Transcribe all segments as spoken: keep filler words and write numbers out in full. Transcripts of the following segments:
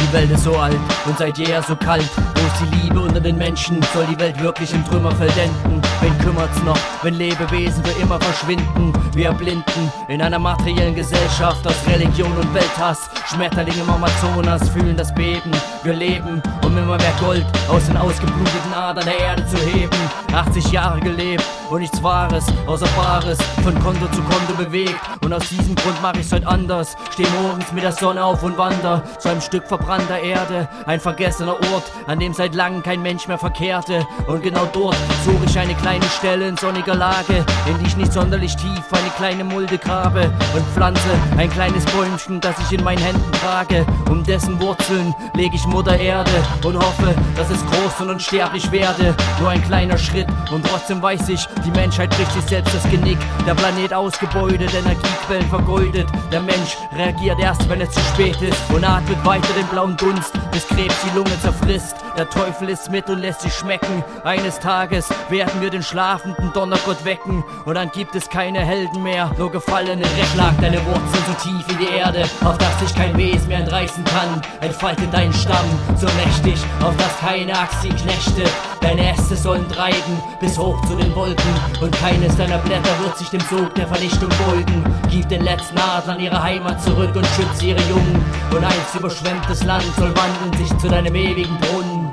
Die Welt ist so alt und seit jeher so kalt. Wo ist die Liebe unter den Menschen? Soll die Welt wirklich im Trümmerfeld enden? Wen kümmert's noch, wenn Lebewesen für immer verschwinden? Wir Blinden in einer materiellen Gesellschaft aus Religion und Welthass. Schmetterlinge im Amazonas fühlen das Beben. Wir leben, um immer mehr Gold aus den ausgebluteten Adern der Erde zu heben. achtzig Jahre gelebt und nichts Wahres außer Bares, von Konto zu Konto bewegt. Und aus diesem Grund mach ich's heute anders. Steh morgens mit der Sonne auf und wander zu einem Stück verbrannter Erde. Ein vergessener Ort, an dem seit langem kein Mensch mehr verkehrte. Und genau dort suche ich eine kleine Stelle in sonniger Lage, in die ich nicht sonderlich tief eine kleine Mulde grabe und pflanze ein kleines Bäumchen, das ich in meinen Händen trage. Um dessen Wurzeln lege ich Mutter Erde und hoffe, dass es groß und unsterblich werde. Nur ein kleiner Schritt und trotzdem weiß ich, die Menschheit bricht sich selbst das Genick. Der Planet ausgebeutet, Energiequellen vergeudet. Der Mensch reagiert erst, wenn es zu spät ist und atmet weiter den blauen Dunst, bis Krebs die Lunge zerfrisst. Der Teufel ist mit und lässt sich schmecken. Eines Tages werden wir den schlafenden Donnergott wecken und dann gibt es keine Helden mehr, nur gefallene Recken. Schlag deine Wurzeln so tief in die Erde, auf dass sich kein Wesen mehr entreißen kann. Entfalte deinen Stamm so mächtig, auf dass keine Axt ihn knechtet. Deine Äste sollen treiben bis hoch zu den Wolken und keines deiner Blätter wird sich dem Sog der Vernichtung beugen. Gib den letzten Adlern ihre Heimat zurück und schütze ihre Jungen und einst überschwemmtes Land soll wandeln sich zu deinem ewigen Brunnen.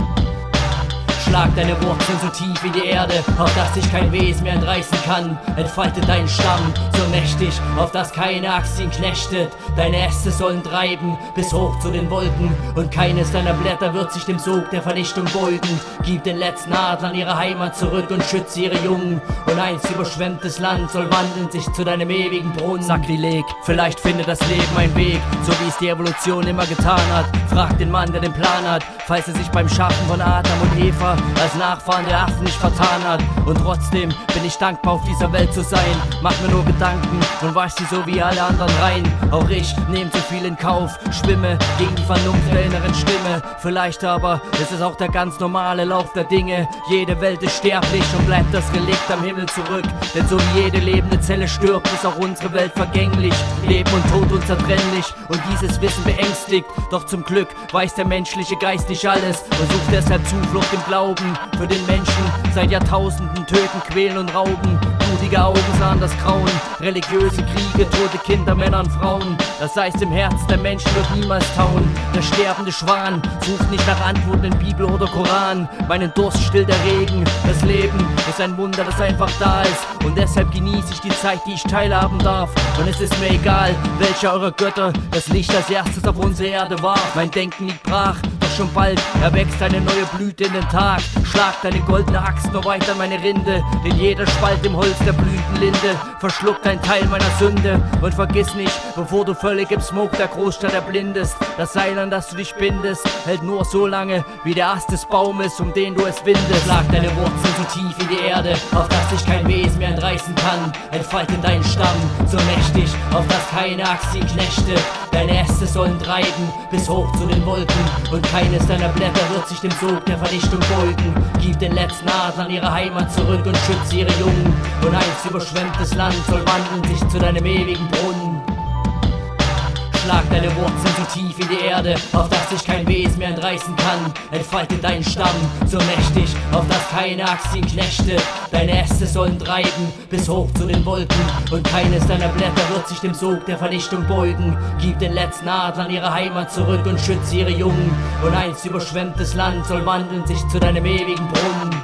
Schlag deine Wurzeln so tief in die Erde, auf dass sich kein Wesen mehr entreißen kann. Entfalte deinen Stamm so mächtig, auf dass keine Axt ihn knechtet. Deine Äste sollen treiben bis hoch zu den Wolken und keines deiner Blätter wird sich dem Sog der Vernichtung beugen. Gib den letzten Adlern ihre Heimat zurück und schütze ihre Jungen und einst überschwemmtes Land soll wandeln sich zu deinem ewigen Brunnen. Sakrileg, vielleicht findet das Leben einen Weg, so wie es die Evolution immer getan hat. Frag den Mann, der den Plan hat, falls er sich beim Schaffen von Adam und Eva als Nachfahren der Affen nicht vertan hat. Und trotzdem bin ich dankbar, auf dieser Welt zu sein. Mach mir nur Gedanken und wasch sie so wie alle anderen rein. Auch ich nehm zu viel in Kauf, schwimme gegen die Vernunft der inneren Stimme. Vielleicht aber ist es auch der ganz normale Lauf der Dinge. Jede Welt ist sterblich und bleibt das Relikt am Himmel zurück. Denn so wie jede lebende Zelle stirbt, ist auch unsere Welt vergänglich. Leben und Tod unzertrennlich und dieses Wissen beängstigt. Doch zum Glück weiß der menschliche Geist nicht alles und sucht deshalb Zuflucht im Glauben. Für den Menschen seit Jahrtausenden töten, quälen und rauben. Blutige Augen sahen das Grauen, religiöse Kriege, tote Kinder, Männer und Frauen. Das Eis im Herzen der Menschen wird niemals tauen. Der sterbende Schwan sucht nicht nach Antworten in Bibel oder Koran. Meinen Durst stillt der Regen. Das Leben ist ein Wunder, das einfach da ist. Und deshalb genieße ich die Zeit, die ich teilhaben darf. Und es ist mir egal, welcher eurer Götter das Licht als erstes auf unsere Erde warf. Mein Denken liegt brach, doch schon bald erwächst eine neue Blüte in den Tag. Schlag deine goldene Axt nur weiter an meine Rinde, denn jeder Spalt im Holz der blühenden Linde verschluckt ein Teil meiner Sünde. Und vergiss nicht, bevor du völlig im Smog der Großstadt erblindest, das Seil, an das du dich bindest, hält nur so lange, wie der Ast des Baumes, um den du es windest. Schlag deine Wurzeln so tief in die Erde, auf dass sich kein Wesen mehr entreißen kann. Entfalte deinen Stamm so mächtig, auf dass keine Axt ihn knechtet. Deine Äste sollen treiben bis hoch zu den Wolken und keines deiner Blätter wird sich dem Sog der Vernichtung beugen. Gib den letzten Adlern ihre Heimat zurück und schütze ihre Jungen und einst überschwemmtes Land soll wandeln sich zu deinem ewigen Brunnen. Schlag deine Wurzeln so tief in die Erde, auf dass sich kein Wesen mehr entreißen kann. Entfalte deinen Stamm so mächtig, auf dass keine Axt ihn knechtet. Deine Äste sollen treiben bis hoch zu den Wolken und keines deiner Blätter wird sich dem Sog der Vernichtung beugen. Gib den letzten Adlern ihre Heimat zurück und schütze ihre Jungen und einst überschwemmtes Land soll wandeln sich zu deinem ewigen Brunnen.